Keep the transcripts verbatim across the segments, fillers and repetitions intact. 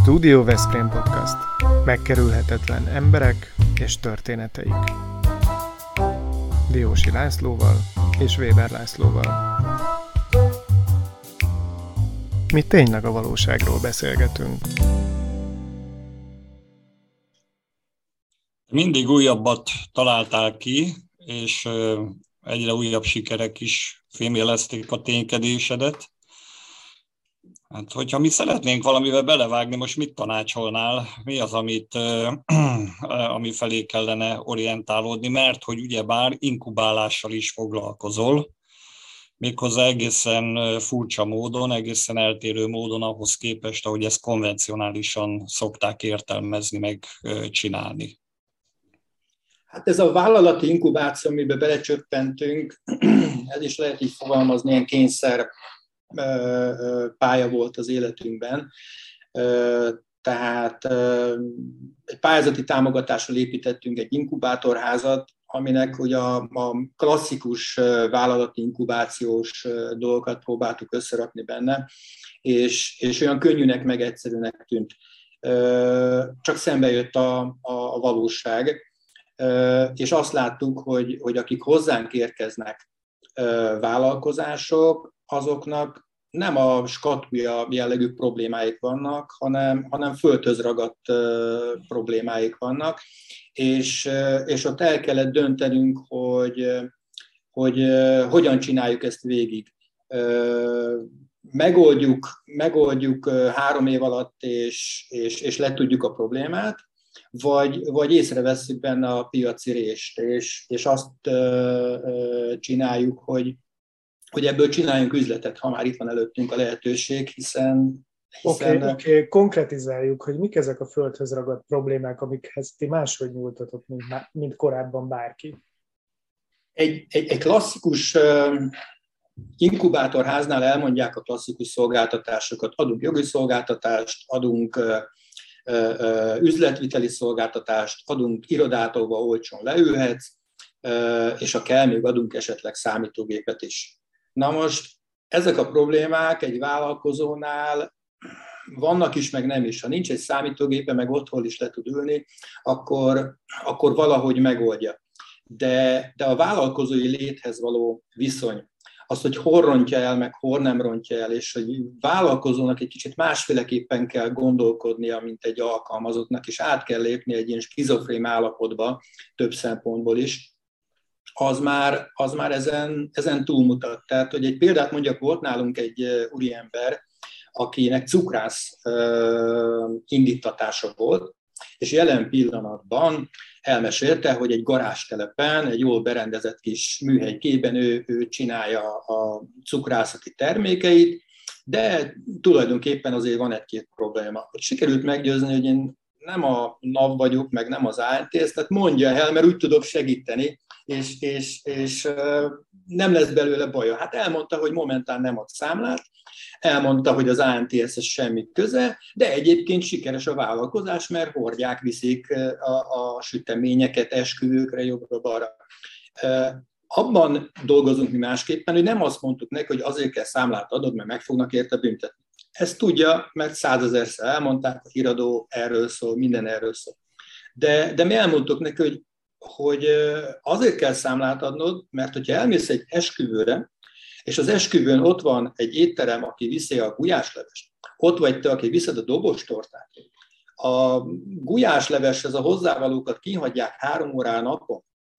Studio Veszprém Podcast. Megkerülhetetlen emberek és történeteik. Diósi Lászlóval és Weber Lászlóval. Mi tényleg a valóságról beszélgetünk. Mindig újabbat találtál ki, és egyre újabb sikerek is fémjelezték a ténykedésedet. Hát, hogyha mi szeretnénk valamivel belevágni, most mit tanácsolnál? Mi az, amit, ami felé kellene orientálódni? Mert hogy ugyebár inkubálással is foglalkozol, méghozzá egészen furcsa módon, egészen eltérő módon ahhoz képest, ahogy ezt konvencionálisan szokták értelmezni, meg csinálni. Hát ez a vállalati inkubáció, amiben belecsöppentünk, ez is lehet így fogalmazni, ilyen kényszer pálya volt az életünkben. Tehát egy pályázati támogatással építettünk egy inkubátorházat, aminek ugye a, a klasszikus vállalati inkubációs dolgokat próbáltuk összerakni benne, és, és olyan könnyűnek, meg egyszerűnek tűnt. Csak szembe jött a, a, a valóság, és azt láttuk, hogy, hogy akik hozzánk érkeznek vállalkozások, azoknak nem a skatúja jellegű problémáik vannak, hanem, hanem földhöz ragadt problémáik vannak, és, és ott el kellett döntenünk, hogy, hogy hogyan csináljuk ezt végig. Megoldjuk, megoldjuk három év alatt, és, és, és letudjuk a problémát, vagy, vagy észrevesszük benne a piaci rést, és, és azt csináljuk, hogy hogy ebből csináljunk üzletet, ha már itt van előttünk a lehetőség, hiszen... Oké, okay, okay. Konkretizáljuk, hogy mik ezek a földhöz ragadt problémák, amikhez ti máshogy nyúltatok, mint, mint korábban bárki. Egy, egy, egy klasszikus uh, inkubátorháznál elmondják a klasszikus szolgáltatásokat. Adunk jogi szolgáltatást, adunk uh, uh, üzletviteli szolgáltatást, adunk irodát, ahova olcsón leülhetsz, uh, és ha kell, még adunk esetleg számítógépet is. Na most ezek a problémák egy vállalkozónál vannak is, meg nem is. Ha nincs egy számítógépe, meg otthon is le tud ülni, akkor, akkor valahogy megoldja. De, de a vállalkozói léthez való viszony, az, hogy hol rontja el, meg hol nem rontja el, és hogy vállalkozónak egy kicsit másféleképpen kell gondolkodnia, mint egy alkalmazottnak, és át kell lépni egy ilyen skizofrén állapotba több szempontból is, az már, az már ezen, ezen túlmutat. Tehát, hogy egy példát mondjak, volt nálunk egy úriember, akinek cukrász uh, indítatása volt, és jelen pillanatban elmesélte, hogy egy garástelepen, egy jól berendezett kis műhelykében ő, ő csinálja a cukrászati termékeit, de tulajdonképpen azért van egy-két probléma. Sikerült meggyőzni, hogy én nem a NAV vagyok, meg nem az á en té es, tehát mondja el, mert úgy tudok segíteni, és, és, és nem lesz belőle baja. Hát elmondta, hogy momentán nem ad számlát, elmondta, hogy az á en té es-hez semmi köze, de egyébként sikeres a vállalkozás, mert hordják, viszik a, a süteményeket esküvőkre, jobbra-balra. Abban dolgozunk mi másképpen, hogy nem azt mondtuk neki, hogy azért kell számlát adod, mert meg fognak érte büntetni. Ezt tudja, mert százezerszer elmondták, a híradó erről szól, minden erről szól. De, de mi elmondtuk neki, hogy, hogy azért kell számlát adnod, mert hogyha elmész egy esküvőre, és az esküvőn ott van egy étterem, aki viszi a gulyáslevest, ott vagy te, aki viszed a dobostortát. A gulyásleveshez a hozzávalókat kihagyják három órán napon.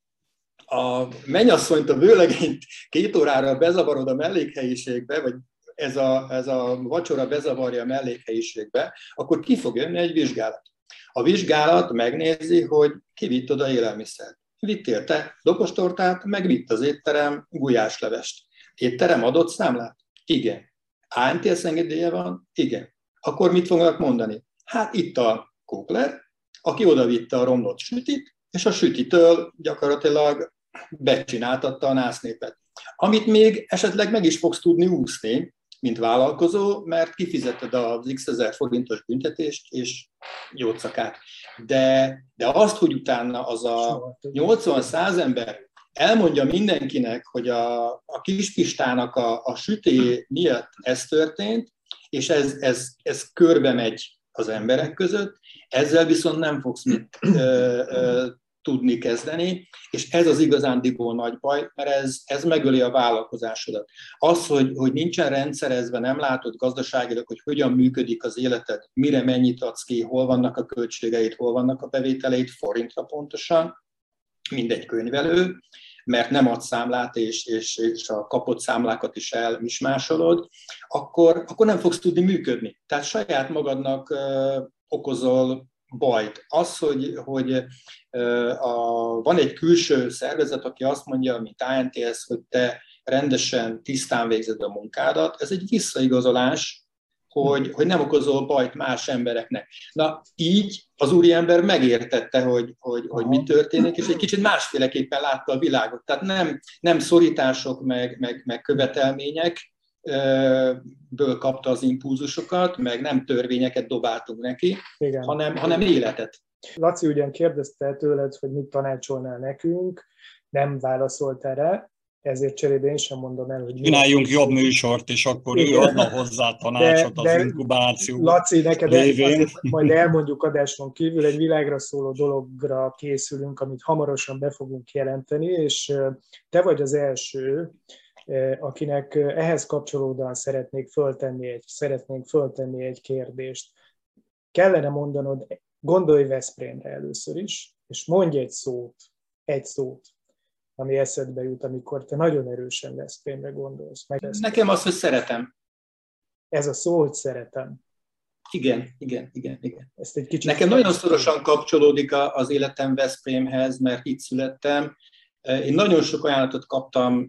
A mennyasszonyt, a vőlegényt két órára bezavarod a mellékhelyiségbe, vagy ez a, ez a vacsora bezavarja a mellékhelyiségbe, akkor ki fog jönni egy vizsgálat. A vizsgálat megnézi, hogy ki vitt oda élelmiszert. Vittél te dobostortát, meg vitt az étterem gulyáslevest. Étterem adott számlát? Igen. á en té es engedélye van? Igen. Akkor mit fognak mondani? Hát itt a kókler, aki oda vitte a romlott sütit, és a sütitől gyakorlatilag becsináltatta a násznépet. Amit még esetleg meg is fogsz tudni úszni, mint vállalkozó, mert kifizeted az x ezer forintos büntetést és jócakát. De, de azt, hogy utána az a nyolcvan-száz ember elmondja mindenkinek, hogy a, a Kispistának a, a süté miatt ez történt, és ez, ez, ez körbe megy az emberek között, ezzel viszont nem fogsz mit ö, ö, tudni kezdeni, és ez az igazándiból nagy baj, mert ez, ez megöli a vállalkozásodat. Az, hogy, hogy nincsen rendszerezve, nem látod gazdaságilag, hogy hogyan működik az életed, mire mennyit adsz ki, hol vannak a költségeid, hol vannak a bevételeid, forintra pontosan, mindegy könyvelő, mert nem adsz számlát, és, és, és a kapott számlákat is elmismásolod, akkor, akkor nem fogsz tudni működni. Tehát saját magadnak ö, okozol bajt. Az, hogy, hogy a, van egy külső szervezet, aki azt mondja, mint I N T S, hogy te rendesen, tisztán végzed a munkádat, ez egy visszaigazolás, hogy, hogy nem okozol bajt más embereknek. Na, így az úriember megértette, hogy, hogy, hogy mi történik, és egy kicsit másféleképpen látta a világot. Tehát nem, nem szorítások, meg, meg, meg követelmények, ből kapta az impulzusokat, meg nem törvényeket dobáltunk neki, Igen. hanem, hanem életet. Laci ugyan kérdezte tőled, hogy mit tanácsolnál nekünk, nem válaszoltál rá, ezért cserébe én sem mondom el, hogy... Csináljunk jobb műsort, és akkor Igen. ő adna hozzá tanácsot de, az de inkubáció Laci, neked azért majd elmondjuk adáson kívül, egy világra szóló dologra készülünk, amit hamarosan be fogunk jelenteni, és te vagy az első, akinek ehhez kapcsolódóan szeretnék föltenni egy, szeretnénk föltenni egy kérdést. Kellene mondanod, gondolj Veszprémre először is, és mondj egy szót, egy szót, ami eszedbe jut, amikor te nagyon erősen Veszprémre gondolsz. Meg Nekem az, hogy szeretem. Ez a szó, hogy szeretem. Igen, igen, igen, igen. Ezt egy kicsit Nekem nagyon szorosan kapcsolódik az életem Veszprémhez, mert itt születtem. Én nagyon sok ajánlatot kaptam,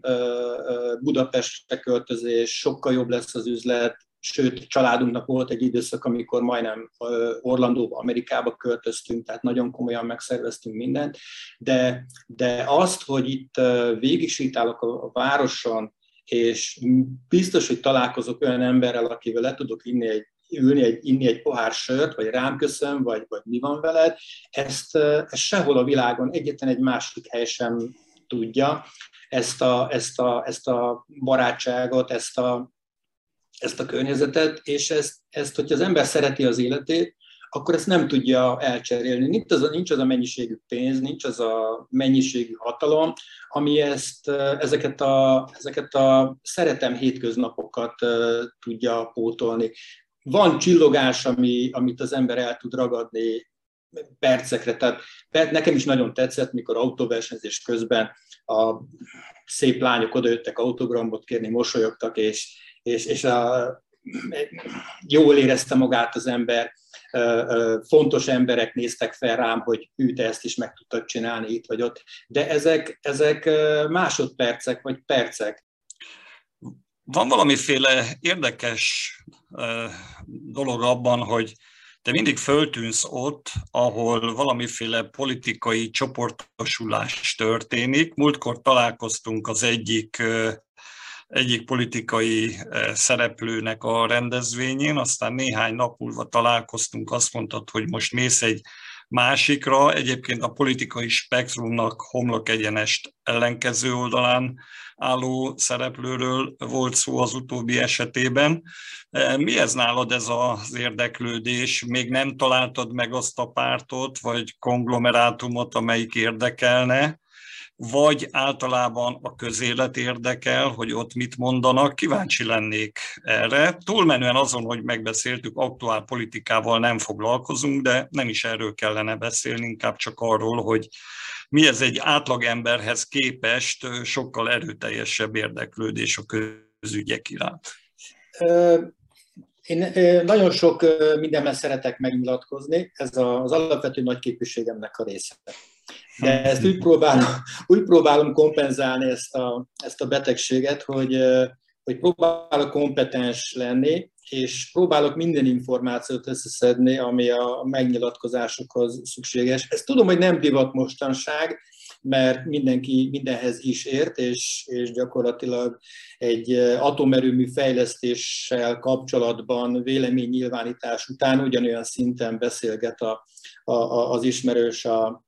Budapestre költözés, sokkal jobb lesz az üzlet, sőt, családunknak volt egy időszak, amikor majdnem Orlandóba, Amerikába költöztünk, tehát nagyon komolyan megszerveztünk mindent, de, de azt, hogy itt végig sétálok a városon, és biztos, hogy találkozok olyan emberrel, akivel le tudok inni egy ülni, egy, inni egy pohár sört, vagy rám köszön, vagy, vagy mi van veled, ezt, ezt sehol a világon egyetlen egy másik hely sem tudja, ezt a, ezt a, ezt a barátságot, ezt a, ezt a környezetet, és ezt, ezt, hogyha az ember szereti az életét, akkor ezt nem tudja elcserélni. Nincs az a, nincs az a mennyiségű pénz, nincs az a mennyiségű hatalom, ami ezt, ezeket, a, ezeket a szeretem hétköznapokat tudja pótolni. Van csillogás, ami, amit az ember el tud ragadni percekre. Tehát nekem is nagyon tetszett, mikor autóversenyzés közben a szép lányok odajöttek autogramot kérni, mosolyogtak, és, és, és a, jól érezte magát az ember. Fontos emberek néztek fel rám, hogy hű, te ezt is meg tudtad csinálni itt vagy ott. De ezek, ezek másodpercek vagy percek. Van valamiféle érdekes dolog abban, hogy te mindig föltűnsz ott, ahol valamiféle politikai csoportosulás történik. Múltkor találkoztunk az egyik, egyik politikai szereplőnek a rendezvényén, aztán néhány nap múlva találkoztunk, azt mondtad, hogy most mész egy másikra, egyébként a politikai spektrumnak homlok egyenest ellenkező oldalán álló szereplőről volt szó az utóbbi esetében. Mi ez nálad ez az érdeklődés? Még nem találtad meg azt a pártot, vagy konglomerátumot, amelyik érdekelne, vagy általában a közélet érdekel, hogy ott mit mondanak? Kíváncsi lennék erre. Túlmenően azon, hogy megbeszéltük, aktuál politikával nem foglalkozunk, de nem is erről kellene beszélni, inkább csak arról, hogy mi ez egy átlagemberhez képest sokkal erőteljesebb érdeklődés a közügyek iránt. Én nagyon sok mindenben szeretek megnyilatkozni, ez az alapvető nagyképűségemnek a része. De ezt úgy próbálom, úgy próbálom kompenzálni ezt a, ezt a betegséget, hogy, hogy próbálok kompetens lenni, és próbálok minden információt összeszedni, ami a megnyilatkozásokhoz szükséges. Ezt tudom, hogy nem divat mostanság, mert mindenki mindenhez is ért, és, és gyakorlatilag egy atomerőmű fejlesztéssel kapcsolatban véleménynyilvánítás után ugyanolyan szinten beszélget a, a, az ismerős a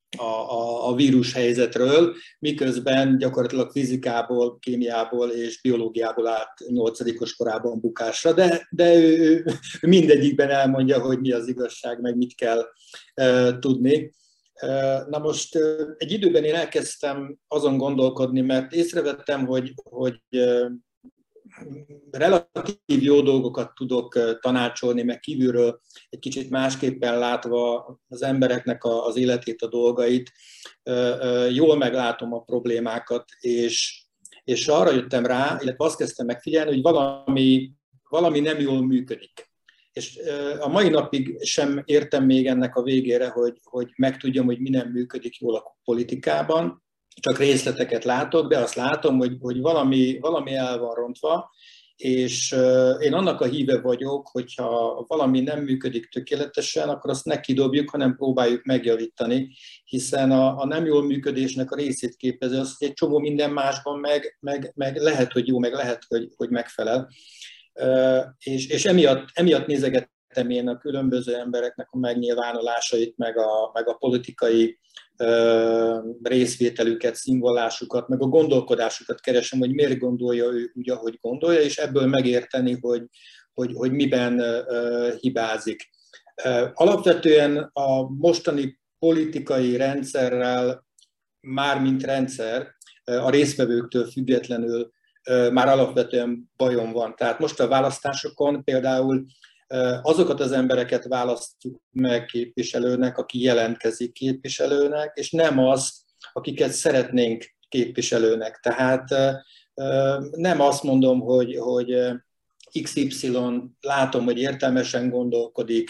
a, a, a vírus helyzetről, miközben gyakorlatilag fizikából, kémiából és biológiából állt nyolcadikos korában bukásra, de, de ő, ő mindegyikben elmondja, hogy mi az igazság, meg mit kell uh, tudni. Uh, na most uh, egy időben én elkezdtem azon gondolkodni, mert észrevettem, hogy, hogy uh, relatív jó dolgokat tudok tanácsolni, meg kívülről egy kicsit másképpen látva az embereknek az életét, a dolgait, jól meglátom a problémákat, és, és arra jöttem rá, illetve azt kezdtem megfigyelni, hogy valami, valami nem jól működik. És a mai napig sem értem még ennek a végére, hogy, hogy megtudjam, hogy mi nem működik jól a politikában, csak részleteket látok, de azt látom, hogy, hogy valami, valami el van rontva, és én annak a híve vagyok, hogyha valami nem működik tökéletesen, akkor azt ne kidobjuk, hanem próbáljuk megjavítani, hiszen a, a nem jól működésnek a részét képezi az, hogy egy csomó minden másban meg, meg, meg lehet, hogy jó, meg lehet, hogy, hogy megfelel. És, és emiatt, emiatt nézegettem én a különböző embereknek a megnyilvánulásait, meg a, meg a politikai részvételüket, színvallásukat, meg a gondolkodásukat keresem, hogy miért gondolja ő úgy, ahogy gondolja, és ebből megérteni, hogy, hogy, hogy miben hibázik. Alapvetően a mostani politikai rendszerrel, már mint rendszer, a résztvevőktől függetlenül már alapvetően bajom van. Tehát most a választásokon például azokat az embereket választjuk meg képviselőnek, aki jelentkezik képviselőnek, és nem azt, akiket szeretnénk képviselőnek. Tehát nem azt mondom, hogy, hogy iksz ipszilon látom, hogy értelmesen gondolkodik,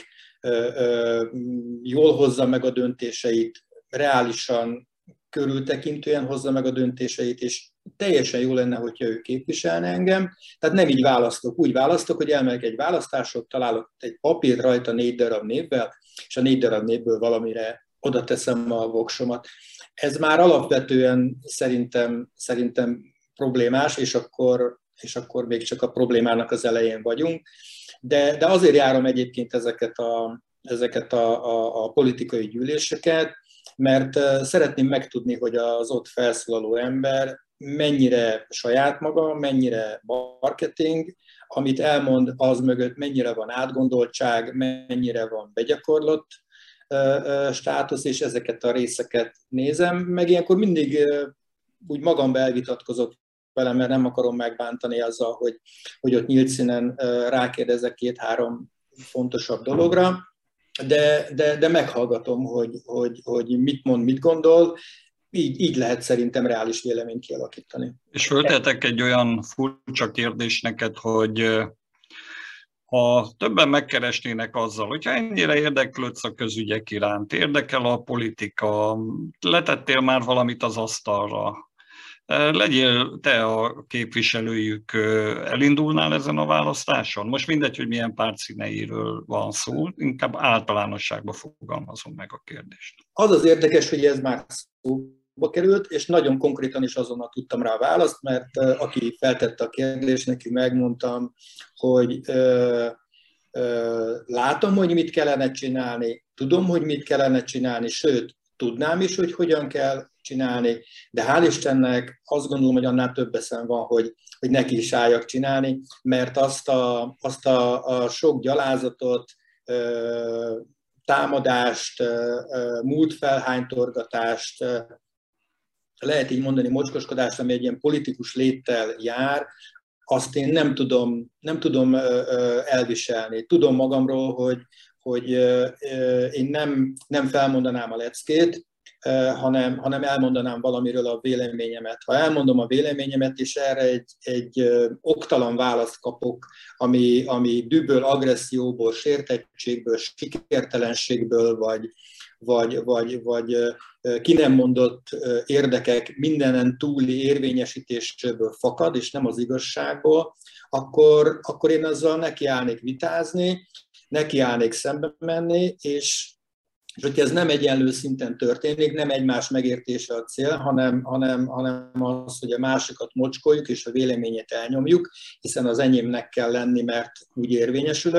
jól hozza meg a döntéseit, reálisan, körültekintően hozza meg a döntéseit, és teljesen jó lenne, hogyha ő képviselne engem. Tehát nem így választok. Úgy választok, hogy elmegyek egy választásot, találok egy papírt rajta négy darab névvel, és a négy darab névből valamire oda teszem a voksomat. Ez már alapvetően szerintem, szerintem problémás, és akkor, és akkor még csak a problémának az elején vagyunk. De, de azért járom egyébként ezeket a, ezeket a, a, a politikai gyűléseket, mert szeretném megtudni, hogy az ott felszólaló ember mennyire saját maga, mennyire marketing, amit elmond, az mögött mennyire van átgondoltság, mennyire van begyakorlott státusz, és ezeket a részeket nézem. Meg ilyenkor mindig úgy magamba elvitatkozok vele, mert nem akarom megbántani azzal, hogy, hogy ott nyílt színen rákérdezek két-három fontosabb dologra, de, de, de meghallgatom, hogy, hogy, hogy mit mond, mit gondol. Így, így lehet szerintem reális véleményt kialakítani. És föltehetek egy olyan furcsa kérdés neked, hogy ha többen megkeresnének azzal, hogyha ennyire érdeklődsz a közügyek iránt, érdekel a politika, letettél már valamit az asztalra, legyél te a képviselőjük, elindulnál ezen a választáson? Most mindegy, hogy milyen párt színeiről van szó, inkább általánosságban fogalmazom meg a kérdést. Az az érdekes, hogy ez már szóba került, és nagyon konkrétan is azonnal tudtam rá a választ, mert aki feltette a kérdést, neki megmondtam, hogy ö, ö, látom, hogy mit kellene csinálni, tudom, hogy mit kellene csinálni, sőt, tudnám is, hogy hogyan kell csinálni, de hál' Istennek azt gondolom, hogy annál több eszem van, hogy, hogy neki is álljak csinálni, mert azt a, azt a, a sok gyalázatot, ö, támadást, ö, múltfelhánytorgatást, ö, lehet így mondani mocskoskodást, ami egy ilyen politikus léttel jár, azt én nem tudom, nem tudom ö, ö, elviselni. Tudom magamról, hogy, hogy ö, ö, én nem, nem felmondanám a leckét, Hanem, hanem elmondanám valamiről a véleményemet. Ha elmondom a véleményemet, és erre egy, egy ö, oktalan választ kapok, ami, ami dühből, agresszióból, sértettségből, sikertelenségből, vagy, vagy, vagy, vagy ö, ki nem mondott ö, érdekek mindenen túli érvényesítésből fakad, és nem az igazságból, akkor, akkor én azzal nekiállnék vitázni, nekiállnék szembe menni, és És hogyha ez nem egyenlő szinten történik, nem egymás megértése a cél, hanem, hanem, hanem az, hogy a másikat mocskoljuk és a véleményét elnyomjuk, hiszen az enyémnek kell lenni, mert úgy érvényesülök,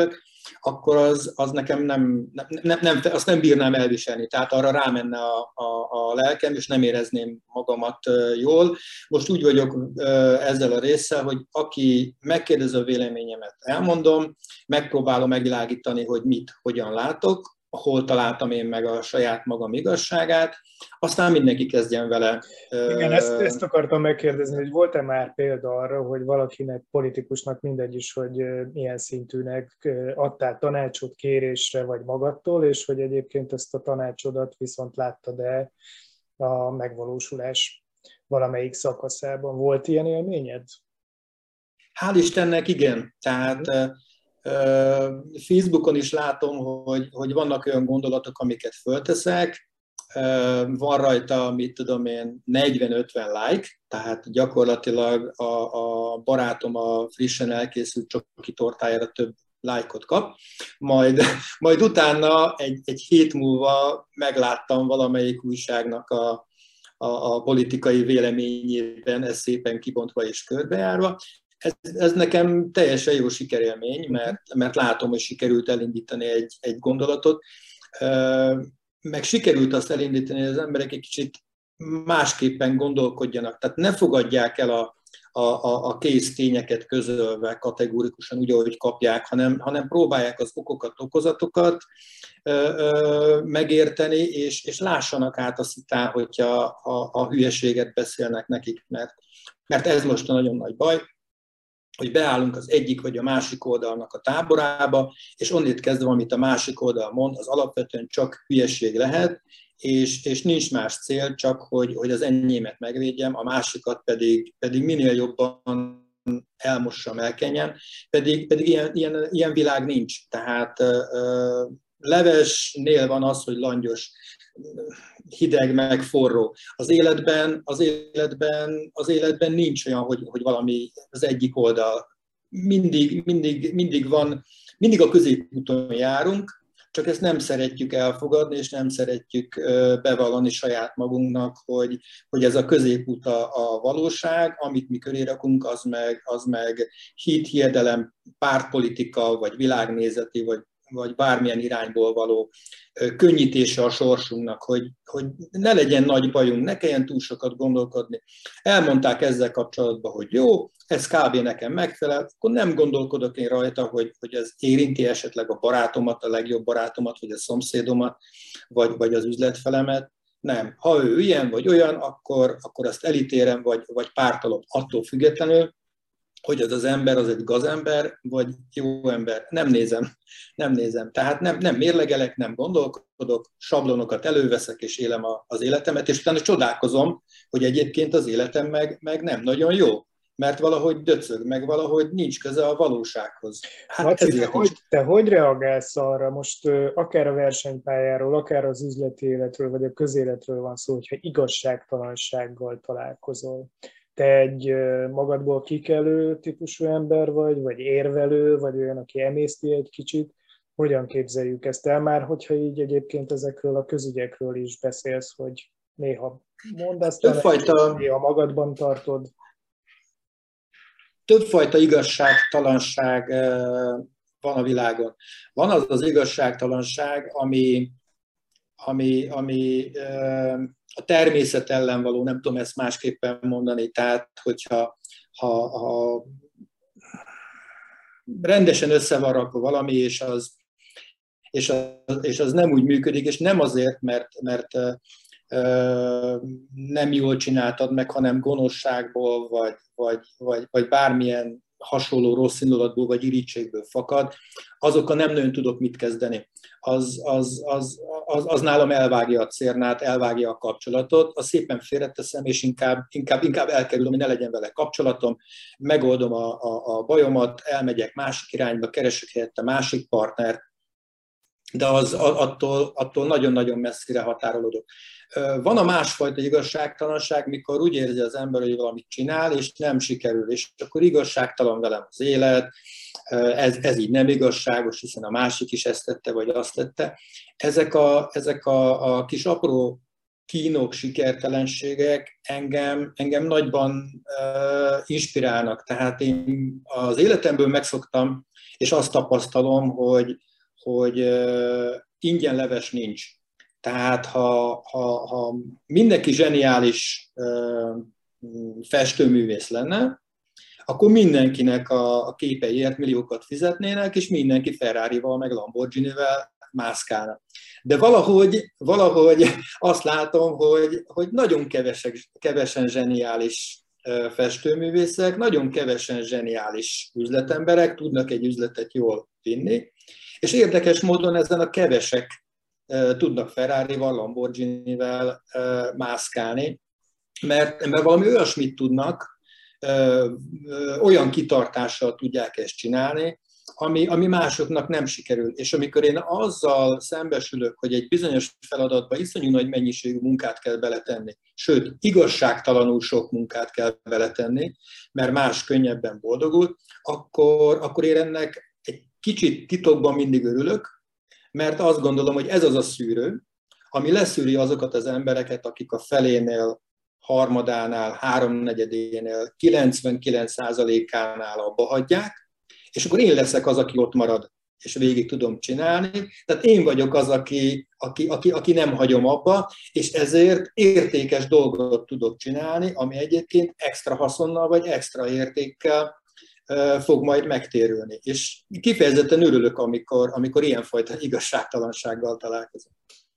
akkor az, az nekem nem, nem, nem, azt nem bírnám elviselni. Tehát arra rámenne a, a, a lelkem, és nem érezném magamat jól. Most úgy vagyok ezzel a résszel, hogy aki megkérdez a véleményemet, elmondom, megpróbálom megvilágítani, hogy mit, hogyan látok, hol találtam én meg a saját magam igazságát, aztán mindenki kezdjen vele. Igen, ezt, ezt akartam megkérdezni, hogy volt-e már példa arra, hogy valakinek, politikusnak, mindegy is, hogy milyen szintűnek adtál tanácsot kérésre vagy magadtól, és hogy egyébként ezt a tanácsodat viszont láttad-e a megvalósulás valamelyik szakaszában. Volt ilyen élményed? Hál' Istennek igen. Tehát Facebookon is látom, hogy, hogy vannak olyan gondolatok, amiket fölteszek, van rajta, mit tudom én, negyven-ötven like, tehát gyakorlatilag a, a barátom a frissen elkészült csoki tortájára több lájkot kap, majd, majd utána egy, egy hét múlva megláttam valamelyik újságnak a, a, a politikai véleményében, ez szépen kibontva és körbejárva. Ez, ez nekem teljesen jó sikerélmény, mert, mert látom, hogy sikerült elindítani egy, egy gondolatot, meg sikerült azt elindítani, hogy az emberek egy kicsit másképpen gondolkodjanak. Tehát ne fogadják el a, a, a kész tényeket közölve kategórikusan úgy, ahogy kapják, hanem, hanem próbálják az okokat, okozatokat ö, ö, megérteni, és, és lássanak át azt után, hogyha a, a hülyeséget beszélnek nekik, mert, mert ez most a nagyon nagy baj, hogy beállunk az egyik vagy a másik oldalnak a táborába, és onnét kezdve, amit a másik oldal mond, az alapvetően csak hülyeség lehet, és, és nincs más cél, csak hogy, hogy az enyémet megvédjem, a másikat pedig, pedig minél jobban elmossam, elkenjen, pedig, pedig ilyen, ilyen, ilyen világ nincs. Tehát uh, levesnél van az, hogy langyos, hideg meg forró. Az életben, az életben, az életben nincs olyan, hogy, hogy valami az egyik oldal. Mindig, mindig, mindig van, mindig a középúton járunk, csak ezt nem szeretjük elfogadni, és nem szeretjük bevallani saját magunknak, hogy, hogy ez a középút a, a valóság, amit mi köré rakunk, az meg, az meg hit, hiedelem, pártpolitika, vagy világnézeti, vagy vagy bármilyen irányból való könnyítése a sorsunknak, hogy, hogy ne legyen nagy bajunk, ne kelljen túl sokat gondolkodni. Elmondták ezzel kapcsolatban, hogy jó, ez kb. Nekem megfelel, akkor nem gondolkodok én rajta, hogy, hogy ez érinti esetleg a barátomat, a legjobb barátomat, vagy a szomszédomat, vagy, vagy az üzletfelemet. Nem. Ha ő ilyen vagy olyan, akkor, akkor azt elítélem, vagy, vagy pártolom attól függetlenül, hogy az az ember az egy gazember, vagy jó ember. Nem nézem, nem nézem. Tehát nem, nem mérlegelek, nem gondolkodok, sablonokat előveszek, és élem a, az életemet, és utána csodálkozom, hogy egyébként az életem meg, meg nem nagyon jó, mert valahogy döcög, meg valahogy nincs köze a valósághoz. Hát Laci, te, hogy, te hogy reagálsz arra, most akár a versenypályáról, akár az üzleti életről, vagy a közéletről van szó, hogyha igazságtalansággal találkozol? Te egy magadból kikelő típusú ember vagy, vagy érvelő, vagy olyan, aki emészti egy kicsit. Hogyan képzeljük ezt el már, hogyha így egyébként ezekről a közügyekről is beszélsz, hogy néha mondasz, többfajta, néha magadban tartod? Többfajta igazságtalanság van a világon. Van az az igazságtalanság, ami, ami, ami a természet ellen való, nem tudom ezt másképpen mondani, tehát hogyha ha, ha rendesen össze van rakva valami, és az, és, az, és az nem úgy működik, és nem azért, mert, mert ö, nem jól csináltad meg, hanem gonoszságból, vagy, vagy, vagy, vagy bármilyen hasonló rossz indulatból, vagy irítségből fakad, azokkal nem nagyon tudok mit kezdeni. Az, az, az, az, az nálam elvágja a cérnát, elvágja a kapcsolatot, azt szépen félreteszem, és inkább, inkább, inkább elkerülöm, hogy ne legyen vele kapcsolatom, megoldom a, a, a bajomat, elmegyek másik irányba, keresek helyette másik partnert, de az, attól, attól nagyon-nagyon messzire határolódok. Van a másfajta igazságtalanság, mikor úgy érzi az ember, hogy valamit csinál, és nem sikerül, és akkor igazságtalan velem az élet, ez, ez így nem igazságos, hiszen a másik is ezt tette, vagy azt tette. Ezek a, ezek a, a kis apró kínok, sikertelenségek engem, engem nagyban uh, inspirálnak. Tehát én az életemből megszoktam, és azt tapasztalom, hogy, hogy ingyen leves nincs. Tehát ha, ha, ha mindenki zseniális festőművész lenne, akkor mindenkinek a, a képeiért milliókat fizetnének, és mindenki Ferrarival, meg Lamborghinivel mászkálna. De valahogy, valahogy azt látom, hogy, hogy nagyon kevesek, kevesen zseniális festőművészek, nagyon kevesen zseniális üzletemberek tudnak egy üzletet jól vinni, és érdekes módon ezen a kevesek tudnak Ferrarival, Lamborghinivel mászkálni, mert, mert valami olyasmit tudnak, olyan kitartással tudják ezt csinálni, ami, ami másoknak nem sikerül. És amikor én azzal szembesülök, hogy egy bizonyos feladatba iszonyú nagy mennyiségű munkát kell beletenni, sőt, igazságtalanul sok munkát kell beletenni, mert más könnyebben boldogul, akkor, akkor én ennek egy kicsit titokban mindig örülök, mert azt gondolom, hogy ez az a szűrő, ami leszűri azokat az embereket, akik a felénél, harmadánál, háromnegyedénél, kilencvenkilenc százalékánál abba hagyják, és akkor én leszek az, aki ott marad, és végig tudom csinálni. Tehát én vagyok az, aki, aki, aki, aki nem hagyom abba, és ezért értékes dolgot tudok csinálni, ami egyébként extra haszonnal vagy extra értékkel fog majd megtérülni. És kifejezetten örülök, amikor, amikor ilyenfajta igazságtalansággal találkozom.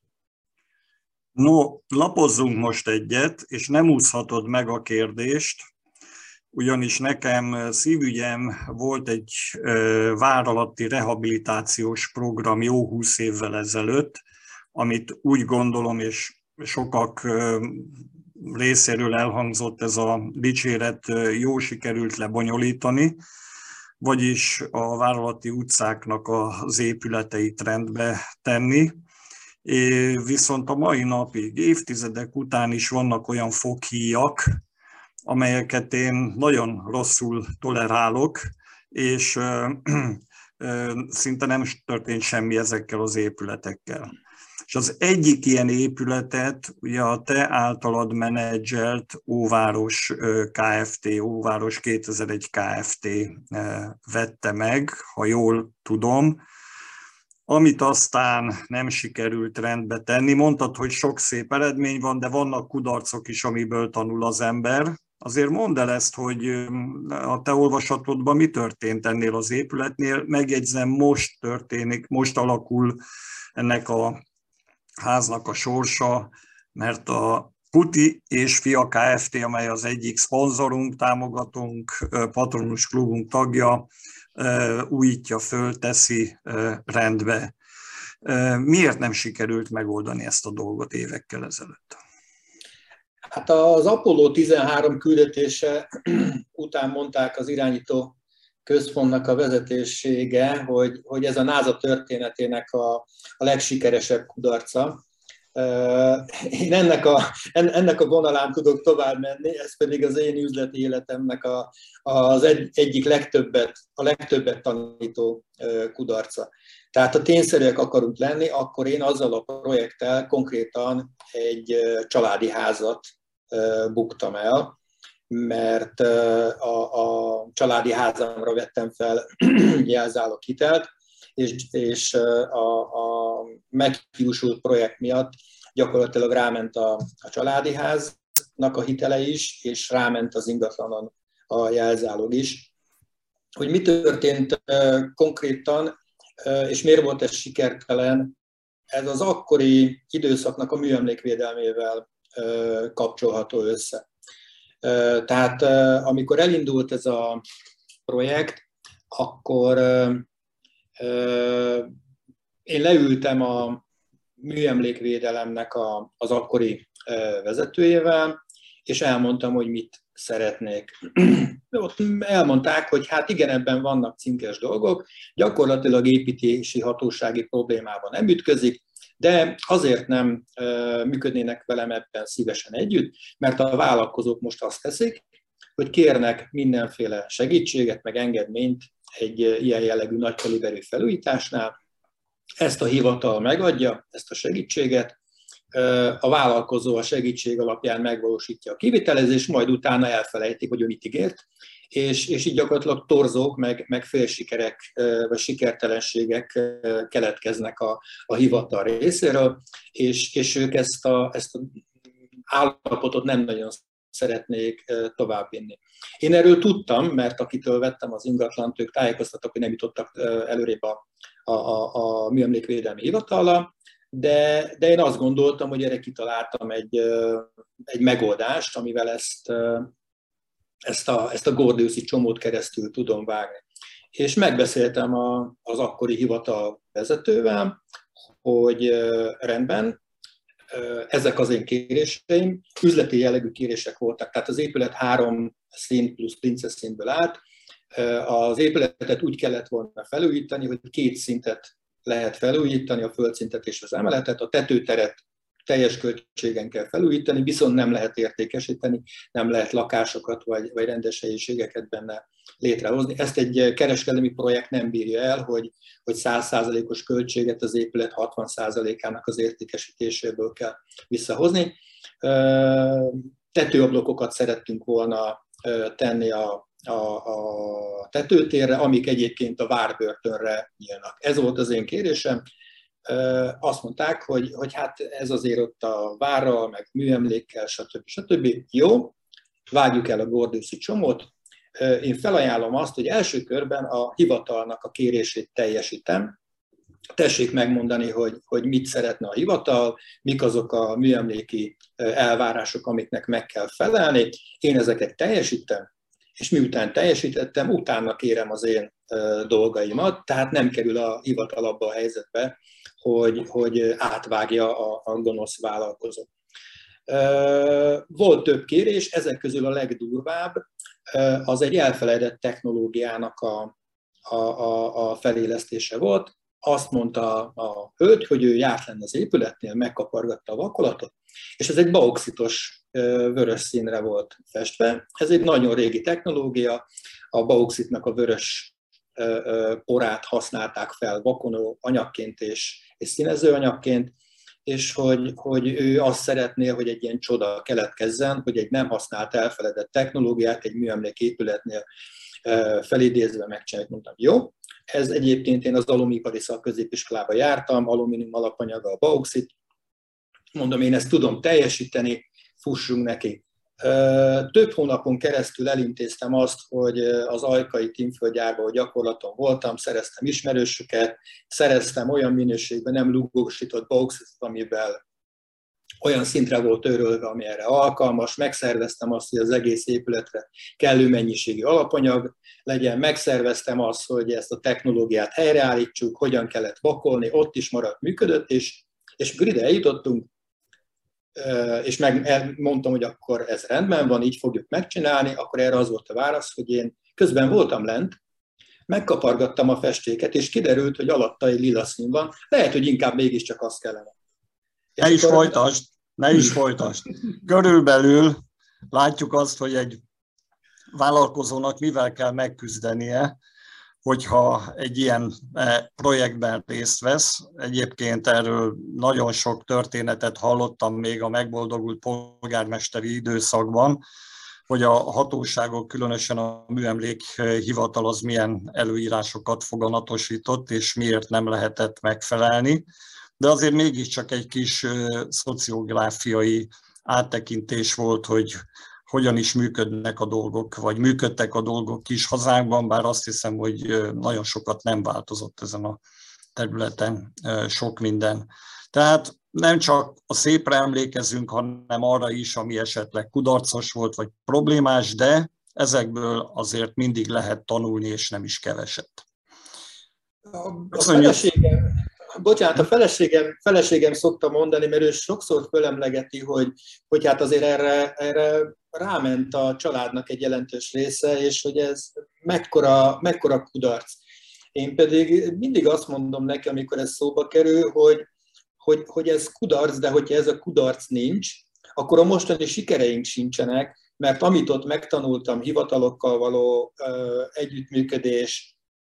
No, lapozzunk most egyet, és nem úszhatod meg a kérdést, ugyanis nekem szívügyem volt egy vár alatti rehabilitációs program jó húsz évvel ezelőtt, amit úgy gondolom, és sokak részéről elhangzott ez a dicséret, jó sikerült lebonyolítani, vagyis a váralati utcáknak az épületeit rendbe tenni. É, viszont a mai napig, évtizedek után is vannak olyan foghíjak, amelyeket én nagyon rosszul tolerálok, és ö, ö, szinte nem történt semmi ezekkel az épületekkel. És az egyik ilyen épületet ugye a te általad menedzselt Óváros Kft., Óváros kétezer-egy Kft. Vette meg, ha jól tudom, amit aztán nem sikerült rendbe tenni. Mondtad, hogy sok szép eredmény van, de vannak kudarcok is, amiből tanul az ember. Azért mondd el ezt, hogy a te olvasatodban mi történt ennél az épületnél. Megjegyzem, most történik, most alakul ennek a háznak a sorsa, mert a Kuti és Fia Kft., amely az egyik szponzorunk, támogatónk, patronus klubunk tagja, újítja föl, teszi rendbe. Miért nem sikerült megoldani ezt a dolgot évekkel ezelőtt? Hát az Apollo tizenhárom küldetése után mondták az irányító központnak a vezetősége, hogy, hogy ez a NASA történetének a, a legsikeresebb kudarca. Én ennek a, ennek a vonalán tudok tovább menni, ez pedig az én üzleti életemnek a, az egy, egyik legtöbbet, a legtöbbet tanító kudarca. Tehát ha tényszerűek akarunk lenni, akkor én azzal a projekttel konkrétan egy családi házat buktam el, mert a, a családi házamra vettem fel jelzálog hitelt, és, és a, a meghiúsult projekt miatt gyakorlatilag ráment a, a családi háznak a hitele is, és ráment az ingatlanon a jelzálog is. Hogy mi történt konkrétan, és miért volt ez sikertelen, ez az akkori időszaknak a műemlékvédelmével kapcsolható össze. Tehát amikor elindult ez a projekt, akkor én leültem a műemlékvédelemnek a, az akkori vezetőjével, és elmondtam, hogy mit szeretnék. Ott elmondták, hogy hát igen, ebben vannak cinkes dolgok, gyakorlatilag építési hatósági problémában nem ütközik, de azért nem működnének velem ebben szívesen együtt, mert a vállalkozók most azt teszik, hogy kérnek mindenféle segítséget, meg engedményt egy ilyen jellegű nagykaliberű felújításnál. Ezt a hivatal megadja, ezt a segítséget, a vállalkozó a segítség alapján megvalósítja a kivitelezést, majd utána elfelejtik, hogy ő mit ígért, és, és így gyakorlatilag torzók, meg, meg félsikerek, vagy sikertelenségek keletkeznek a, a hivatal részéről, és, és ők ezt a, ezt a állapotot nem nagyon szeretnék továbbvinni. Én erről tudtam, mert akitől vettem az ingatlant, ők tájékoztattak, hogy nem jutottak előrébb a, a, a, a műemlékvédelmi hivatallal, de, de én azt gondoltam, hogy erre kitaláltam egy, egy megoldást, amivel ezt, ezt a, ezt a gordiuszi csomót keresztül tudom vágni. És megbeszéltem a, az akkori hivatal vezetővel, hogy rendben, ezek az én kéréseim, üzleti jellegű kérések voltak, tehát az épület három szint plusz princeszszínből állt, az épületet úgy kellett volna felújítani, hogy két szintet lehet felújítani, a földszintet és az emeletet, a tetőteret teljes költségen kell felújítani, viszont nem lehet értékesíteni, nem lehet lakásokat vagy, vagy rendes helyiségeket benne létrehozni. Ezt egy kereskedelmi projekt nem bírja el, hogy, hogy száz százalékos költséget az épület hatvan százalékának az értékesítéséből kell visszahozni. Tetőablokokat szerettünk volna tenni a, a, a tetőtérre, amik egyébként a várbörtönre nyílnak. Ez volt az én kérésem. Azt mondták, hogy, hogy hát ez azért ott a várral, meg műemlékkel, stb. stb. Jó, vágjuk el a gordiuszi csomót. Én felajánlom azt, hogy első körben a hivatalnak a kérését teljesítem. Tessék megmondani, hogy, hogy mit szeretne a hivatal, mik azok a műemléki elvárások, amiknek meg kell felelni. Én ezeket teljesítem, és miután teljesítettem, utána kérem az én dolgaimat, tehát nem kerül a hivatal abba a helyzetbe, hogy, hogy átvágja a, a gonosz vállalkozó. Volt több kérés, ezek közül a legdurvább az egy elfeledett technológiának a, a, a, a felélesztése volt. Azt mondta a hölgy, hogy ő járt lenne az épületnél, megkapargatta a vakolatot, és ez egy bauxitos vörös színre volt festve. Ez egy nagyon régi technológia, a bauxitnak a vörös porát használták fel vakonó anyagként és, és színező anyagként, és hogy, hogy ő azt szeretné, hogy egy ilyen csoda keletkezzen, hogy egy nem használt, elfeledett technológiát egy műemléképületnél felidézve megcsináljuk. Mondtam, jó, ez egyébként én az alumipari szakközépiskolába jártam, alumínium alapanyaga a bauxit, mondom, én ezt tudom teljesíteni, fussunk neki. Több hónapon keresztül elintéztem azt, hogy az ajkai tímföldgyárban, hogy gyakorlaton voltam, szereztem ismerősöket, szereztem olyan minőségben nem lugósított bauxitot, amivel olyan szintre volt örölve, ami erre alkalmas, megszerveztem azt, hogy az egész épületre kellő mennyiségű alapanyag legyen, megszerveztem azt, hogy ezt a technológiát helyreállítsuk, hogyan kellett vakolni, ott is maradt, működött, és, és amikor ide eljutottunk, és megmondtam, hogy akkor ez rendben van, így fogjuk megcsinálni, akkor erre az volt a válasz, hogy én közben voltam lent, megkapargattam a festéket, és kiderült, hogy alatta egy lila szín van, lehet, hogy inkább mégiscsak azt kellene. Ne is folytasd, ne is folytasd. Körülbelül látjuk azt, hogy egy vállalkozónak mivel kell megküzdenie, hogyha egy ilyen projektben részt vesz. Egyébként erről nagyon sok történetet hallottam még a megboldogult polgármesteri időszakban, hogy a hatóságok, különösen a műemlékhivatal az milyen előírásokat foganatosított, és miért nem lehetett megfelelni. De azért mégiscsak egy kis szociográfiai áttekintés volt, hogy hogyan is működnek a dolgok, vagy működtek a dolgok kis hazánkban, bár azt hiszem, hogy nagyon sokat nem változott ezen a területen, sok minden. Tehát nem csak a szépre emlékezünk, hanem arra is, ami esetleg kudarcos volt, vagy problémás, de ezekből azért mindig lehet tanulni, és nem is keveset. A feleségem, bocsánat, a feleségem, feleségem szokta mondani, mert ő sokszor fölemlegeti, hogy, hogy hát azért erre, erre ráment a családnak egy jelentős része, és hogy ez mekkora, mekkora kudarc. Én pedig mindig azt mondom neki, amikor ez szóba kerül, hogy, hogy, hogy ez kudarc, de hogyha ez a kudarc nincs, akkor a mostani sikereink sincsenek, mert amit ott megtanultam, hivatalokkal való ö, együttműködés,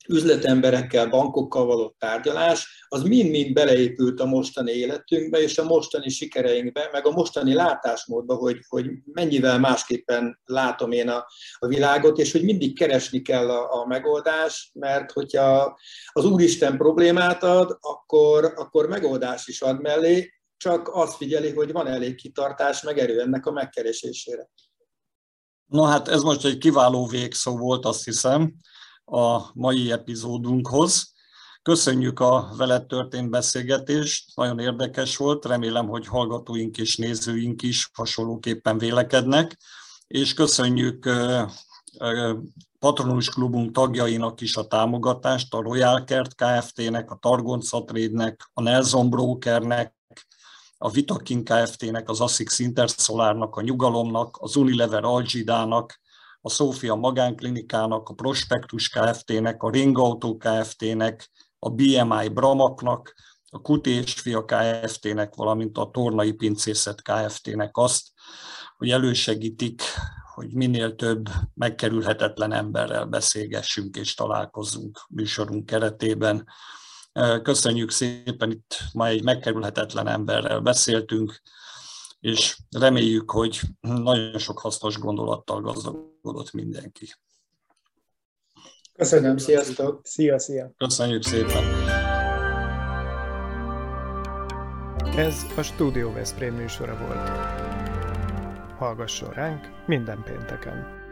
üzletemberekkel, bankokkal való tárgyalás, az mind-mind beleépült a mostani életünkbe, és a mostani sikereinkbe, meg a mostani látásmódba, hogy, hogy mennyivel másképpen látom én a, a világot, és hogy mindig keresni kell a, a megoldást, mert hogyha az Úristen problémát ad, akkor, akkor megoldás is ad mellé, csak azt figyeli, hogy van elég kitartás, meg erő ennek a megkeresésére. Na hát ez most egy kiváló végszó volt, azt hiszem, a mai epizódunkhoz. Köszönjük a veled történt beszélgetést, nagyon érdekes volt, remélem, hogy hallgatóink és nézőink is hasonlóképpen vélekednek, és köszönjük Patronus Klubunk tagjainak is a támogatást, a Royal Kert Kft-nek, a Targonca Trade-nek, a Nelson Brokernek, a Vitakin Kft-nek, az Asix Intersolarnak, a Nyugalomnak, az Unilever Algidának, a Szófia Magánklinikának, a Prospektus Kft-nek, a Ring Auto Kft-nek, a bé em i Bramaknak, a Kuti és Fia Kft-nek, valamint a Tornai Pincészet Kft-nek azt, hogy elősegítik, hogy minél több megkerülhetetlen emberrel beszélgessünk és találkozzunk műsorunk keretében. Köszönjük szépen, itt ma egy megkerülhetetlen emberrel beszéltünk, és reméljük, hogy nagyon sok hasznos gondolattal gazdagodott mindenki. Köszönöm, sziasztok! Szia, szia! Köszönjük szépen! Ez a Studio Veszprém műsora volt. Hallgasson ránk minden pénteken!